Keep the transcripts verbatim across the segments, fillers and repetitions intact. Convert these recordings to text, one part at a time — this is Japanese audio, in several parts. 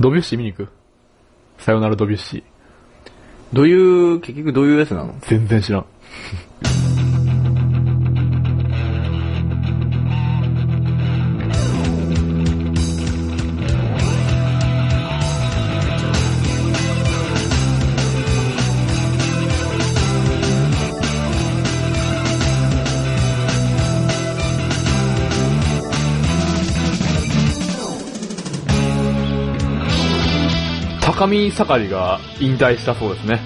ドビュッシー見に行く？さよならドビュッシー。 どういう、結局どういうやつなの？ 全然知らん。高見盛りが引退したそうですね。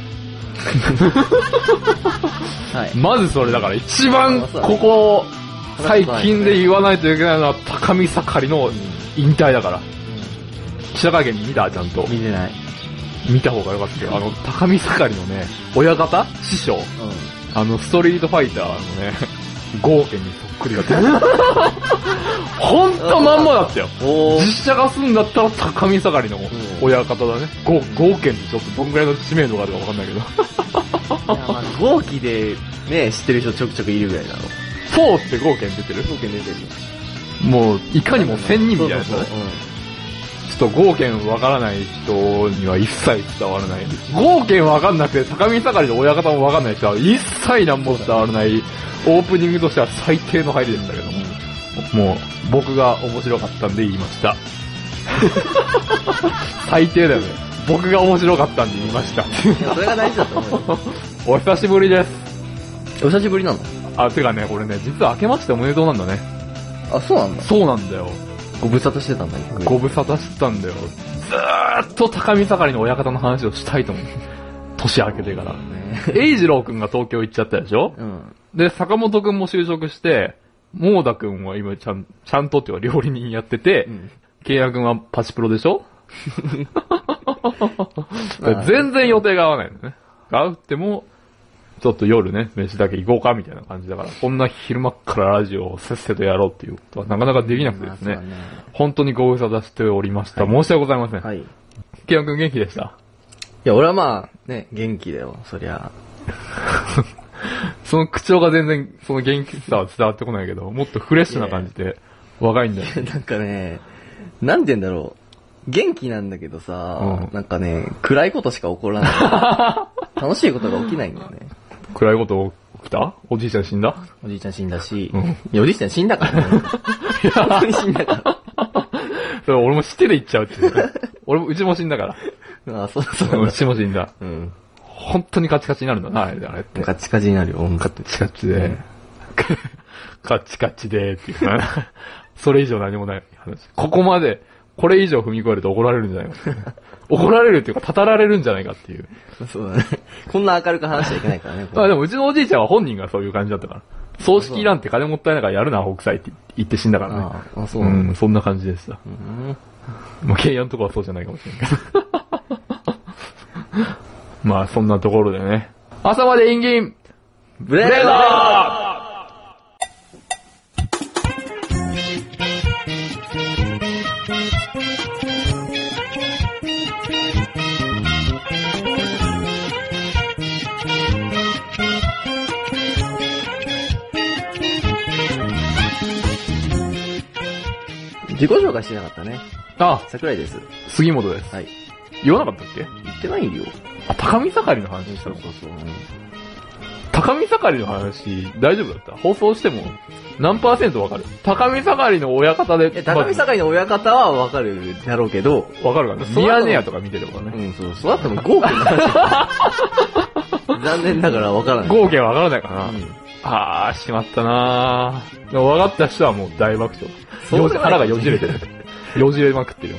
はい。 まずそれだから一番ここ最近で言わないといけないのは高見盛りの引退だから。うん、記者会見見た？ちゃんと。 見てない。 見た方がよかったけど、あの高見盛りのね、親方師匠、うん、あのストリートファイターのね、ゴーケンにそっくりだった。ほんとまんまだったよ。実写化するんだったら高見盛りの親方だね。ゴーケンってちょっとどんぐらいの知名度があるかわかんないけど。いやまあゴーキでね、知ってる人ちょくちょくいるぐらいだろ。 フォーってゴーケン出てる？ ゴーケン出てる。 もう、いかにも仙人みたいなやつだね。ちょっとゴーケンわからない人には一切伝わらない。ゴーケンわかんなくて高見盛りの親方もわかんない人は一切何も伝わらない。オープニングとしては最低の入りでしたけども、もう僕が面白かったんで言いました。最低だよね。僕が面白かったんで言いました。 それが大事だと思うよ。 お久しぶりです。 お久しぶりなの？ あ、てかね、これね、実は明けましておめでとうなんだね。 あ、そうなんだ。 そうなんだよ。 ご無沙汰してたんだよ。 ご無沙汰してたんだよ。ずーっと高見盛りの親方の話をしたいと思う。年明けてから。栄二郎くんが東京行っちゃったでしょ？うん。で、坂本くんも就職して、モーダくんは今ちゃん、ちゃんとっていうか料理人やってて、うん、ケイヤくんはパチプロでしょ？全然予定が合わないのね。合うっても、ちょっと夜ね、飯だけ行こうかみたいな感じだから、こんな昼間からラジオをせっせとやろうっていうことはなかなかできなくてですね、まあね、本当にご無沙汰しておりました。はい、申し訳ございません。はい。ケイヤくん元気でした？ いや、俺はまあ、ね、元気だよ、そりゃ。 その口調が全然、その元気さは伝わってこないけど、もっとフレッシュな感じで、若いんだよ。 なんかね、なんて言うんだろう。元気なんだけどさ、うん、なんかね、暗いことしか起こらない。楽しいことが起きないんだよね。 暗いこと起きた？おじいちゃん死んだ？ おじいちゃん死んだし、うん、いや、おじいちゃん死んだからね。本当に死んだから。 それ俺も知ってで言っちゃうっていう、ね。俺も、うちも死んだから。 ああ、そうそう。 うちも死んだ。うん。本当にカチカチになるんだな、あれあれって。 カチカチになるよ、 カチカチで。うん、カチカチで、っていうか、それ以上何もない話。ここまで、これ以上踏み越えると怒られるんじゃないか。怒られるっていうか、語られるんじゃないかっていう。 そうだね。こんな明るく話しちゃいけないからね。 まあでもうちのおじいちゃんは本人がそういう感じだったから。葬式なんて金もったいないからやるな、北斎って言って死んだからね。ああ、そうなんだ。うん、そんな感じでした。うん。まあ、ケイヤのとこはそうじゃないかもしれないけど。まあ、そんなところでね。朝までインギンブレードー自己紹介してなかったね。 あ、 桜井です。 杉本です。はい。言わなかったっけ？ 言ってないよ。 あ、高見盛りの話したの？そうそうそう。高見盛りの話、大丈夫だった？放送しても何パーセントわかる？高見盛りの親方で。 え、高見盛りの親方はわかるだろうけど。 わかるかな？ミヤネ屋とか見てればね。 うん、そう。そうだったらゴーケンの話。残念ながらわからない。 ゴーケンわからないかな？うん、あー、しまったなー。でも分かった人はもう大爆笑。腹がよじれてる。よじれまくってるよ。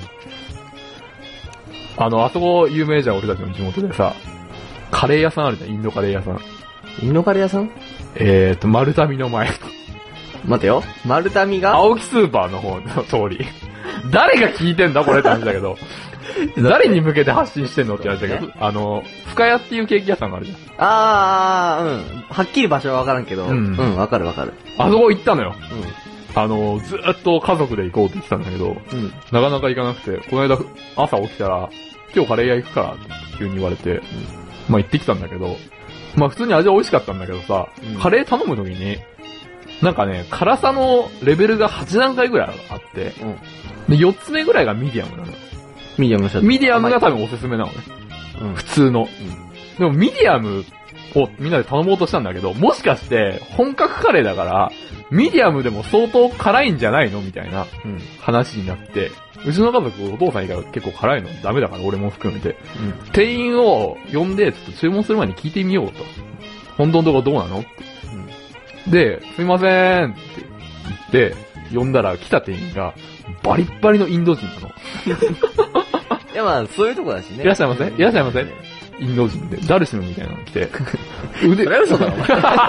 あの、あそこ有名じゃん、俺たちの地元でさ。カレー屋さんあるじゃん、インドカレー屋さん。 インドカレー屋さん？ えーと、丸太見の前。 待てよ。丸太見が青木スーパーの方の通り。誰が聞いてんだこれって話だけど。誰に向けて発信してんのって話だけど。あの、深谷っていうケーキ屋さんがあるじゃん。 あー、うん。はっきり場所はわからんけど。うん、うん、わかるわかる。 あそこ行ったのよ。うん。あの、ずーっと家族で行こうって言ってたんだけど、うん、なかなか行かなくて、この間朝起きたら、今日カレー屋行くからって急に言われて、うん、まあ行ってきたんだけど、まあ普通に味は美味しかったんだけどさ、うん、カレー頼む時に、なんかね、辛さのレベルがはち段階ぐらいあって、うん、で、よっつめぐらいがミディアムなの。 ミディアムのシャトー。 ミディアムが多分おすすめなのね。うん、普通の、うん。でもミディアムをみんなで頼もうとしたんだけど、もしかして本格カレーだから、ミディアムでも相当辛いんじゃないのみたいな話になって、うちの家族お父さん以外は結構辛いのダメだから俺も含めて、うん、店員を呼んでちょっと注文する前に聞いてみようと。本当のところどうなのって、うん。で、すいませんって言って、呼んだら来た店員がバリッバリのインド人なの。 いやまあそういうとこだしね。 いらっしゃいませいらっしゃいませインド人で、ダルシムみたいなの来て。腕、 それは嘘だろ、お前。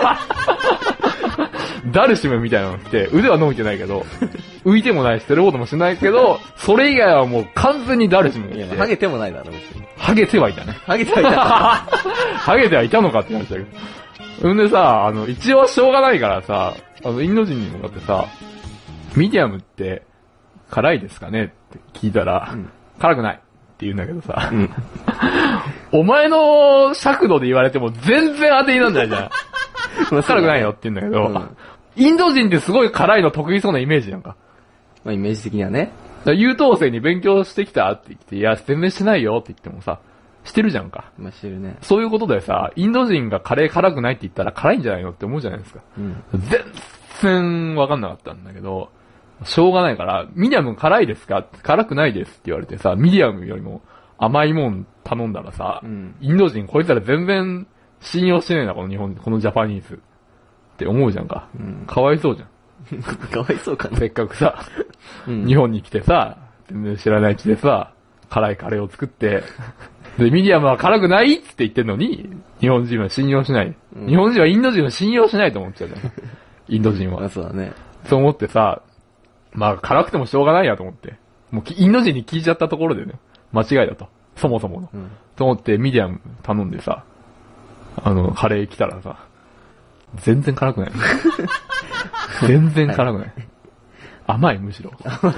ダルシムみたいなの来て、腕は伸びてないけど、浮いてもないし、捨てることもしないけど、それ以外はもう完全にダルシムが来て。 いや、ハゲてもないだろ、別に。 ハゲてはいたね。 ハゲてはいた。 ハゲてはいたのかって話だけど。んでさ、あの、一応しょうがないからさ、あの、インド人に向かってさ、ミディアムって辛いですかねって聞いたら、うん、辛くないって言うんだけどさ、うん、お前の尺度で言われても全然当てになんないじゃん。辛くないよって言うんだけど、うん、インド人ってすごい辛いの得意そうなイメージなんか。 まあイメージ的にはね。 優等生に勉強してきたって言って、いや、全然してないよって言ってもさ、してるじゃんか。 まあしてるね。 そういうことでさ、インド人がカレー辛くないって言ったら辛いんじゃないのって思うじゃないですか。うん、全然わかんなかったんだけど、しょうがないから、ミディアム辛いですか辛くないですって言われてさ、ミディアムよりも甘いもん頼んだらさ、うん、インド人こいつら全然信用してねえな、この日本、このジャパニーズ。って思うじゃんか。うん、かわいそうじゃん。 かわいそうかな。 せっかくさ、うん、日本に来てさ、全然知らないうちでさ、辛いカレーを作って、で、ミディアムは辛くないって言ってんのに、日本人は信用しない。うん、日本人はインド人は信用しないと思っちゃうじゃん。インド人は。 そうだね。 そう思ってさ、まあ辛くてもしょうがないやと思って。もうインド人に聞いちゃったところでね、間違いだと。そもそもの。うん、と思ってミディアム頼んでさ、あの、カレー来たらさ、全然辛くない。全然辛くない。はい、甘い、むしろ。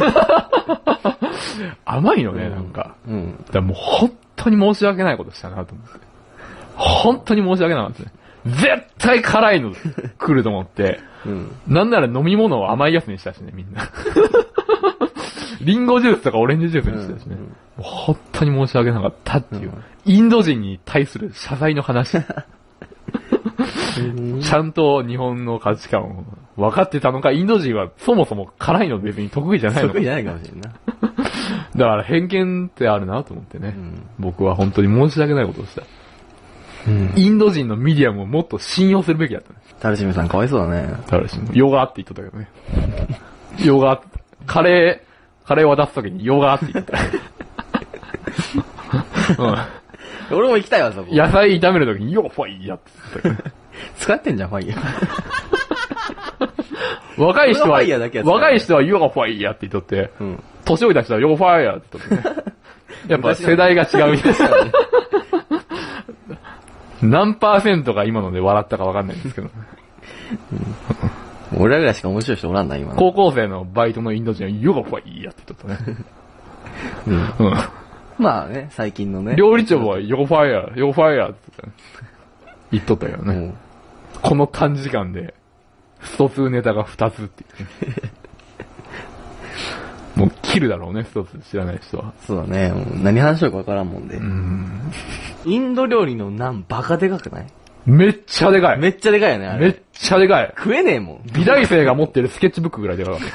甘いのね、なんか。うん。だからもう本当に申し訳ないことしたなと思って。本当に申し訳なかったね。絶対辛いの来ると思って。うん、なんなら飲み物を甘いやつにしたしね、みんな。リンゴジュースとかオレンジジュースにしたしね。うんうん、もう本当に申し訳なかったっていう。うん、インド人に対する謝罪の話。ちゃんと日本の価値観を分かってたのか、インド人はそもそも辛いの別に得意じゃないのか。 得意じゃないかもしれんな。 だから偏見ってあるなと思ってね。うん、僕は本当に申し訳ないことをした。うん、インド人のミディアムをもっと信用するべきだったね。 タルシムさんかわいそうだね。 タルシム。ヨガって言っとったけどね。ヨガ、カレー、カレーを出すときにヨガって言った。 うん、俺も行きたいわ、そこ。 野菜炒めるときにヨガファイヤって言った。 使ってんじゃん、ファイヤー。若い人は、若い人はヨガファイヤーって言っとって、うん、年老いた人はヨガファイヤーって言っとってね。やっぱ世代が違うみたいな。何パーセントが今ので笑ったかわかんないんですけど。 うん、俺らぐらいしか面白い人おらんな、今の。 高校生のバイトのインド人はヨガファイヤーって言っとったね。 うん。うん、まあね、最近のね。 料理長はヨガファイヤー、ヨガファイヤーって言っとったけどね。うん、この短時間で、一つネタが二つって言って、ね。もう切るだろうね、一つ知らない人は。 そうだね。もう何話しようかわからんもんで。うん。インド料理のナンバカでかくない？ めっちゃでかい。 めっちゃでかいよね、あれ。 めっちゃでかい。 食えねえもん。 美大生が持ってるスケッチブックぐらいでかかった。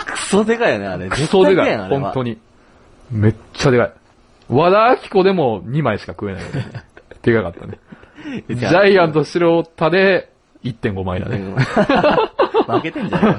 クソでかいよね、あれ。 クソでかい。本当に。めっちゃでかい。和田明子でもにまいしか食えないよね。でかかったね。ジャイアント白田で いってんご 枚だね。 負けてんじゃん。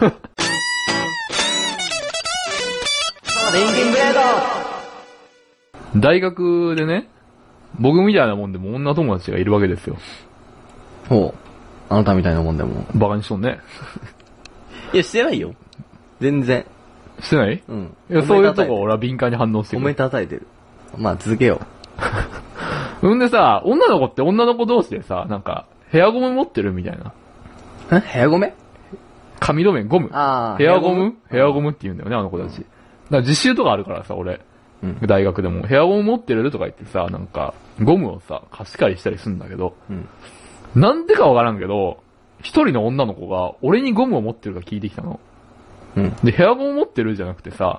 レンゲンブレード。大学でね、僕みたいなもんでも女友達がいるわけですよ。 ほう。あなたみたいなもんでも。 バカにしとんね。 いや、してないよ。全然。 してない？うん。いや、そういうとこ俺は敏感に反応してる。 おめ叩いてる。まあ、続けよう。うんでさ、女の子って女の子同士でさ、なんか、ヘアゴム持ってるみたいな。 えヘアゴム？ 髪留め、ゴム。 ああ。 ヘアゴム？ヘアゴムって言うんだよね、あの子たち。だから実習とかあるからさ、俺。うん、大学でも、ヘアゴム持ってるとか言ってさ、なんか、ゴムをさ、貸し借りしたりするんだけど、うん、なんでかわからんけど、一人の女の子が、俺にゴムを持ってるか聞いてきたの。うん、で、ヘアゴム持ってるじゃなくてさ、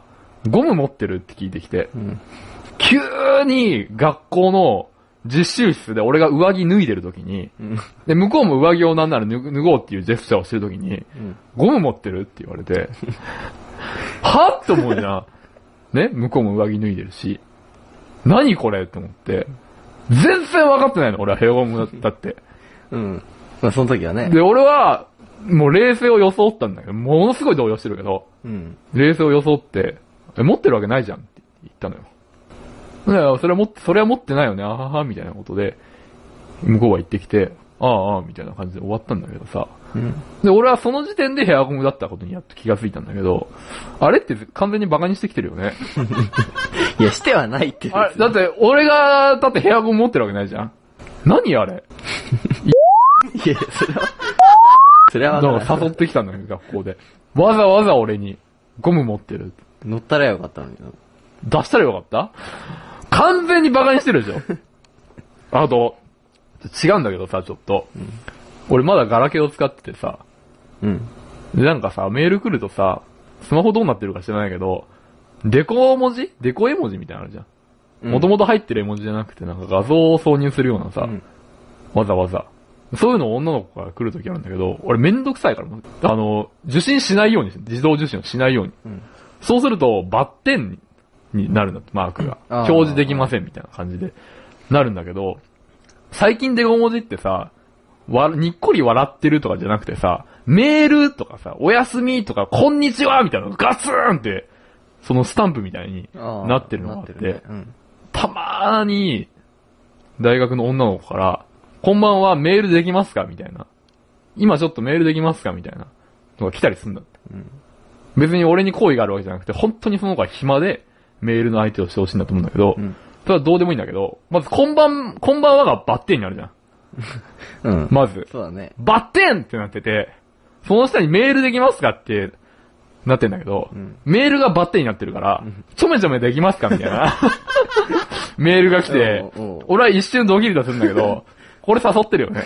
ゴム持ってるって聞いてきて、 うん、 急に学校の実習室で俺が上着脱いでる時に、うん、で、向こうも上着をなんなら脱ごうっていうジェスチャーをしてる時に、うん、ゴム持ってるって言われて、はぁって思うじゃん。ね、向こうも上着脱いでるし、何これって思って、全然分かってないの、俺はヘアゴムだって。 うん。まあその時はね。 で、俺は、もう冷静を装ったんだけど、ものすごい動揺してるけど、うん、冷静を装って、え、持ってるわけないじゃんって言ったのよ。いや、それは持って、それは持ってないよね、あはは、みたいなことで、向こうは言ってきて、ああ、ああ、みたいな感じで終わったんだけどさ。うん、で、俺はその時点でヘアゴムだったことにやっと気がついたんだけど、あれって完全にバカにしてきてるよね。 いや、してはないって。 あれ、だって、俺が、だってヘアゴム持ってるわけないじゃん。何あれいや、それは、それはだから誘ってきたんだよ、学校で。わざわざ俺に、ゴム持ってる。 乗ったらよかったのにな。 出したらよかった完全にバカにしてるでしょ。あと、違うんだけどさ、ちょっと。うん、俺まだガラケーを使っててさ。うん。で、なんかさ、メール来るとさ、スマホどうなってるか知らないけど、デコ文字デコ絵文字みたいなのあるじゃん。もともと入ってる絵文字じゃなくて、なんか画像を挿入するようなさ、うん、わざわざ。そういうの女の子から来るときあるんだけど、俺めんどくさいから、あの、受信しないように、自動受信をしないように。うん、そうすると、バッテンになるんだって、マークが。表示できませんみたいな感じで、なるんだけど、最近デコ文字ってさ、わ、にっこり笑ってるとかじゃなくてさ、メールとかさ、おやすみとか、こんにちはみたいなのガツーンって、そのスタンプみたいになってるのがあって、ねうん、たまーに、大学の女の子から、こんばんはメールできますかみたいな。今ちょっとメールできますかみたいなのが来たりするんだって、うん。別に俺に好意があるわけじゃなくて、本当にその子が暇でメールの相手をしてほしいんだと思うんだけど、うん、それはどうでもいいんだけど、まずこんばん、こんばんはがバッテンになるじゃん。うん。まず。 そうだね。 バッテンってなってて、その下にメールできますかってなってんだけど、うん、メールがバッテンになってるから、うん、ちょめちょめできますかみたいな。メールが来て、俺は一瞬ドキリとするんだけど、これ誘ってるよね。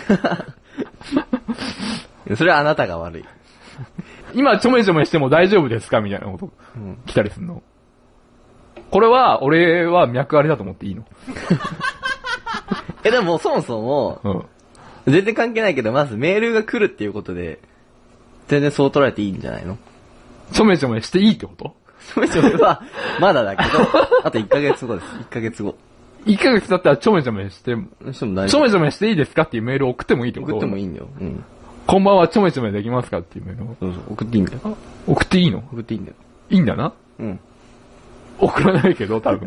それはあなたが悪い。 今ちょめちょめしても大丈夫ですかみたいなこと、うん、来たりするの。これは、俺は脈ありだと思っていいの？ え、でもそもそも、うん、全然関係ないけど、まずメールが来るっていうことで、全然そう捉えていいんじゃないの？ ちょめちょめしていいってこと？ ちょめちょめは、まだだけど、あといっかげつごです。いっかげつご。 いっかげつ経ったらちょめちょめしても、ちょめちょめしていいですかっていうメールを送ってもいいってこと？ 送ってもいいんだよ。うん。 こんばんはちょめちょめできますかっていうメールを。 そうそう、送っていいんだよ。 送っていいの？ 送っていいんだよ。 いいんだな？うん。送らないけど、多分。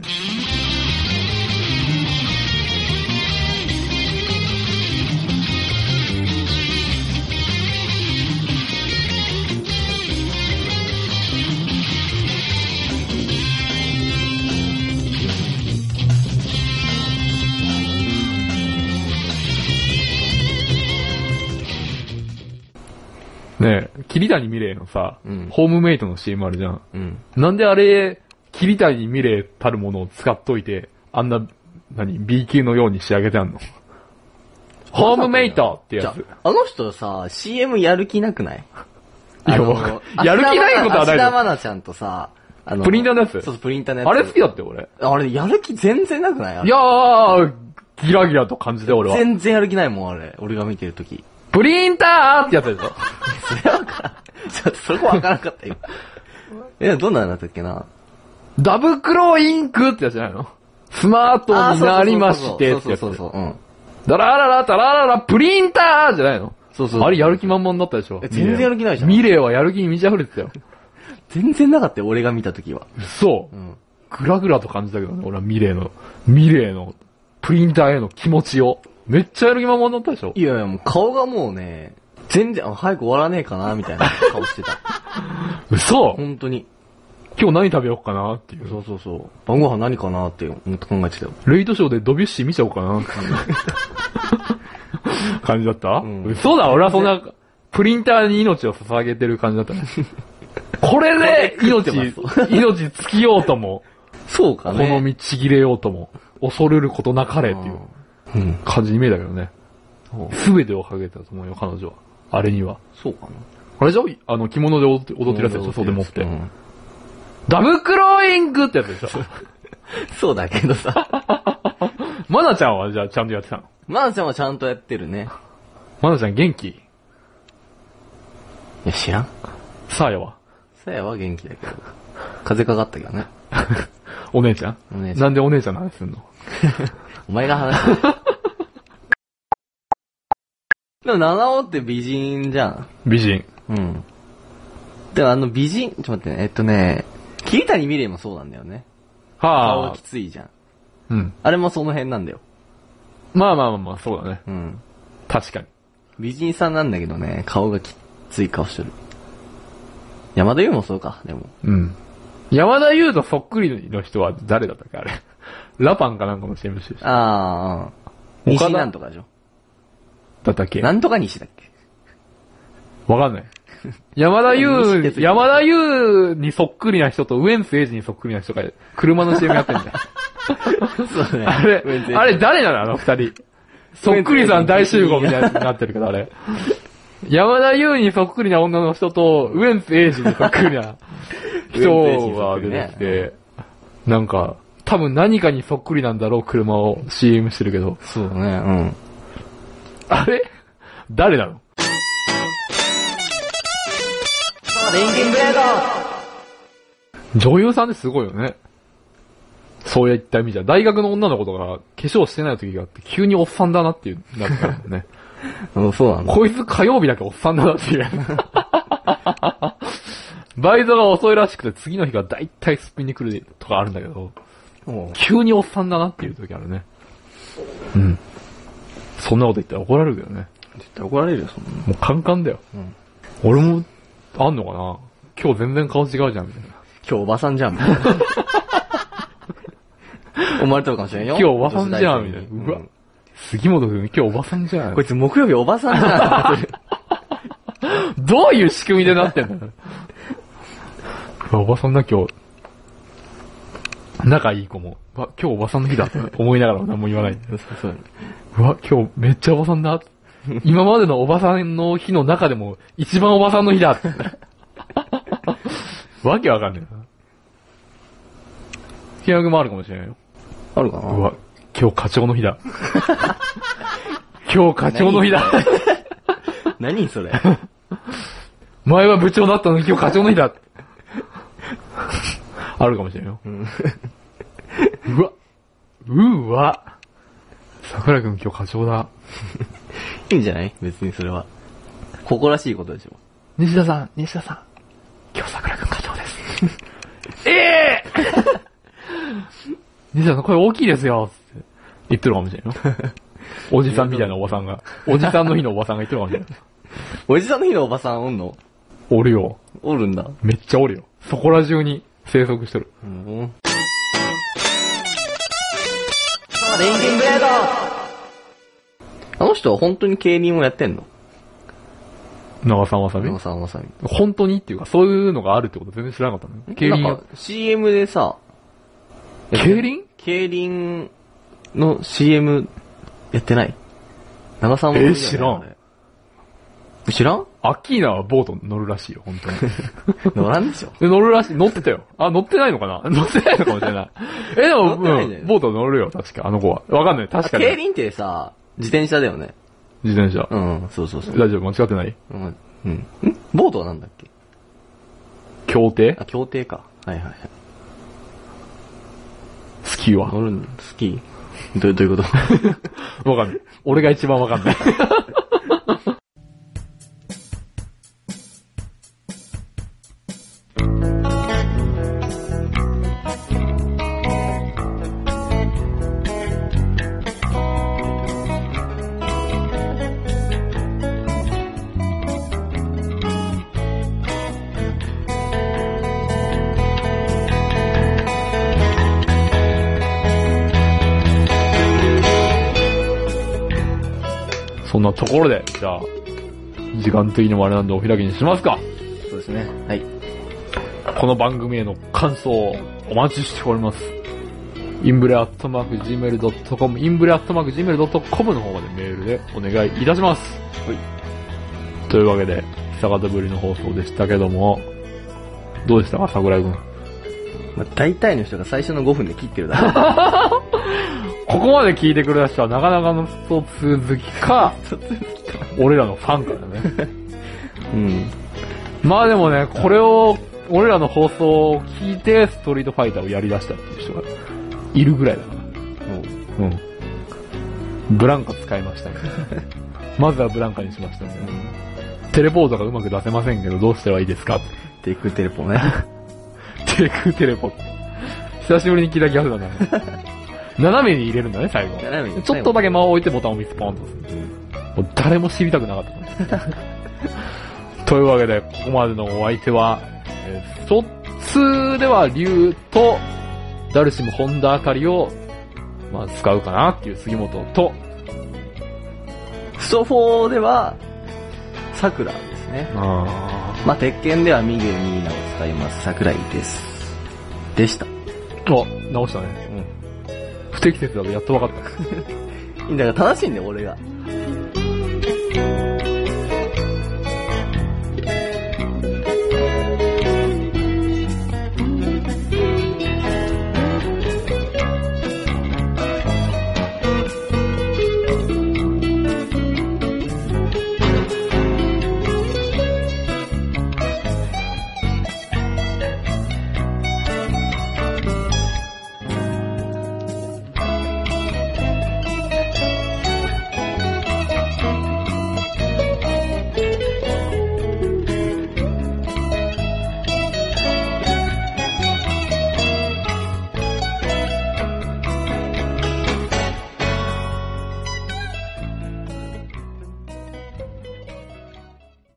ねえ、桐谷美玲のさ、うん、ホームメイトの シーエム あるじゃん。うん、なんであれ、桐谷美玲たるものを使っといて、あんな、何、B 級のように仕上げてあんの？ホームメイトってやつ。 あの人さ、シーエム やる気なくない？ いや、やる気ないことはない。 芦田愛菜ちゃんとさ、 あの、プリンターのやつ？ そうそう、プリンターのやつ。 あれ好きだって俺。 あれ、やる気全然なくない？ いやー、ギラギラと感じで俺は。 全然やる気ないもん、あれ。俺が見てるとき。 プリンターってやつでしょ。 それはわからん。ちょっとそこわからなかったよ。え、どんなんだったっけな？ ダブクロインクってやつじゃないの？スマートになりましてってやつ。そうそうそうそう。うん。ダラララダラララプリンターじゃないの？そうそう。あれやる気満々だったでしょ。 え、全然やる気ないじゃん。 ミレーはやる気に満ち溢れてたよ。 全然なかったよ、俺が見たときは。 そう。うん。グラグラと感じたけどね、俺はミレーの、ミレーのプリンターへの気持ちを。めっちゃやる気満々だったでしょ。 いやいや、もう顔がもうね、全然、あ、早く終わらねえかな、みたいな顔してた。 嘘？ 本当に。 今日何食べようかなっていう。 そうそうそう。晩ご飯何かなって思って考えてたよ。 レイトショーでドビュッシー見ちゃおうかなって感じだった、うん、嘘だ、俺はそんな、プリンターに命を捧げてる感じだったね。これで命、命尽きようとも。 そうかね。 この道ちぎれようとも。恐れることなかれっていう感じに見えたけどね。すべてをかけたと思うよ、彼女は。あれには。 そうかな。 あれじゃあの、着物で踊ってるやつでしょ、袖持って。うん、 ダブクローイングってやつでしょ。 そうだけどさ。 マナちゃんはじゃあちゃんとやってたの？ マナちゃんはちゃんとやってるね。 マナちゃん元気？いや、知らん。 サーヤは？ サヤは元気だけど。風邪かかったけどね。 お姉ちゃん？ お姉ちゃん。 なんでお姉ちゃんの話すんの？ お前が話す。でも、七尾って美人じゃん。 美人。 うん。でもあの美人、ちょっと待ってね、えっとね、桐谷美玲もそうなんだよね。顔はあ。 がきついじゃん。 うん。 あれもその辺なんだよ。 まあまあまあまあ、そうだね。 うん。 確かに。 美人さんなんだけどね、顔がきつい顔してる。山田優もそうか、でも。 うん。山田優とそっくりの人は誰だったっけあれ。ラパンかなんかの シーエム してる人。 ああ、西なんとかでしょ。 だったっけ？ なんとか西だっけ？ わかんない。山田優、山田優にそっくりな人とウエンツエイジにそっくりな人が車の シーエム やってんだよ。 そうね。 あれ、あれ誰なのあの二人。そっくりさん大集合みたいになってるけど、あれ。山田優にそっくりな女の人と、ウエンツエイジにそっくりな人が出てきて、なんか、多分何かにそっくりなんだろう、車を シーエム してるけど。 そうだね、うん。 あれ誰なの？ レインゲンブレード！ 女優さんってすごいよね。そういった意味じゃ、大学の女の子とか化粧してない時があって、急におっさんだなっていう、なったからね。 うん、そうなんだ。 こいつ火曜日だけおっさんだなっていう。バイトが遅いらしくて、次の日がだいたいすっぴんに来るとかあるんだけど、急におっさんだなっていう時あるね。うん。そんなこと言ったら怒られるけどね。 絶対怒られるよ、そんな。 もうカンカンだよ。うん、俺も、あんのかな？今日全然顔違うじゃん、みたいな。 今日おばさんじゃん、みたいな。思われたのかもしれんよ。 今日おばさんじゃん、みたいな。うわ、杉本くん今日おばさんじゃん。 こいつ木曜日おばさんじゃん。どういう仕組みでなってんの？おばさんだ今日。仲いい子も、うわ、今日おばさんの日だって思いながら何も言わない。うわ、今日めっちゃおばさんだ。今までのおばさんの日の中でも一番おばさんの日だ。わけわかんねえな。気楽もあるかもしれないよ。 あるかな？ うわ、今日課長の日だ。今日課長の日だ。 何それ？ 前は部長だったのに今日課長の日だ。あるかもしれんよ。うん、うわ、うわ、桜くん今日課長だ。 いいんじゃない？別にそれは。誇らしいことでしょ。 西田さん、西田さん、今日桜くん課長です。ええー、西田さん声大きいですよって言ってるかもしれんよ。おじさんみたいなおばさんが。おじさんの日のおばさんが言ってるかもしれん。 おじさんの日のおばさんおんの？ おるよ。 おるんだ。 めっちゃおるよ。そこら中に生息してる。うん。 レインゲンブレード！あの人は本当に競輪をやってんの？ 長澤まさみ？ 長澤まさみ。 本当にっていうか、そういうのがあるってこと全然知らなかったね。競輪なんか シーエム でさ、 競輪？ 競輪の シーエム やってない？長澤まさみ。 えー、知らん。 知らん？ アッキーナはボート乗るらしいよ、本当に。 乗らんでしょ？ 乗るらしい。乗ってたよ。あ、乗ってないのかな？乗ってないのかもしれない。え、でも、うん、ボート乗るよ、確か、あの子は。わかんない、確かに。 競輪ってさ、自転車だよね。 自転車。 うん、そうそうそう。 大丈夫、間違ってない？ うん。うん。んボートはなんだっけ？ 競艇？ あ、競艇か。はいはいはい。 スキーは？ 乗るん、スキーどう、どういうことわかんない。俺が一番わかんない。そんなところで、じゃあ、時間的にもあれなんでお開きにしますか。 そうですね。はい。 この番組への感想をお待ちしております。インブレアットマーク ジーメールドットコム、インブレアットマーク ジーメールドットコム の方までメールでお願いいたします。はい。というわけで、久方ぶりの放送でしたけども、どうでしたか、桜井くん。 まあ、大体の人が最初のごふんで切ってるだろう。 ここまで聞いてくれた人はなかなかのストツー好きか、俺らのファンかだね。 うん。 まあでもね、これを、俺らの放送を聞いてストリートファイターをやり出したっていう人がいるぐらいだから。うん。ブランカ使いましたね。まずはブランカにしましたね。テレポートがうまく出せませんけどどうしたらいいですか？ テイクテレポね。 テイクテレポって。久しぶりに聞いたギャグだな。斜めに入れるんだね、最後。斜めに。ちょっとだけ間を置いてボタンをミスポンとする。もう誰も知りたくなかった。というわけで、ここまでのお相手は、えー、ストツーでは竜と、ダルシムホンダあたりを、まあ使うかなっていう杉本と、 ストフォーでは、桜ですね。あまあ、鉄拳ではミゲル・ミーナを使います。桜井です。でした。 あ、直したね。うん。不適切だとやっと分かった。 いいんだから正しいんだよ、俺が。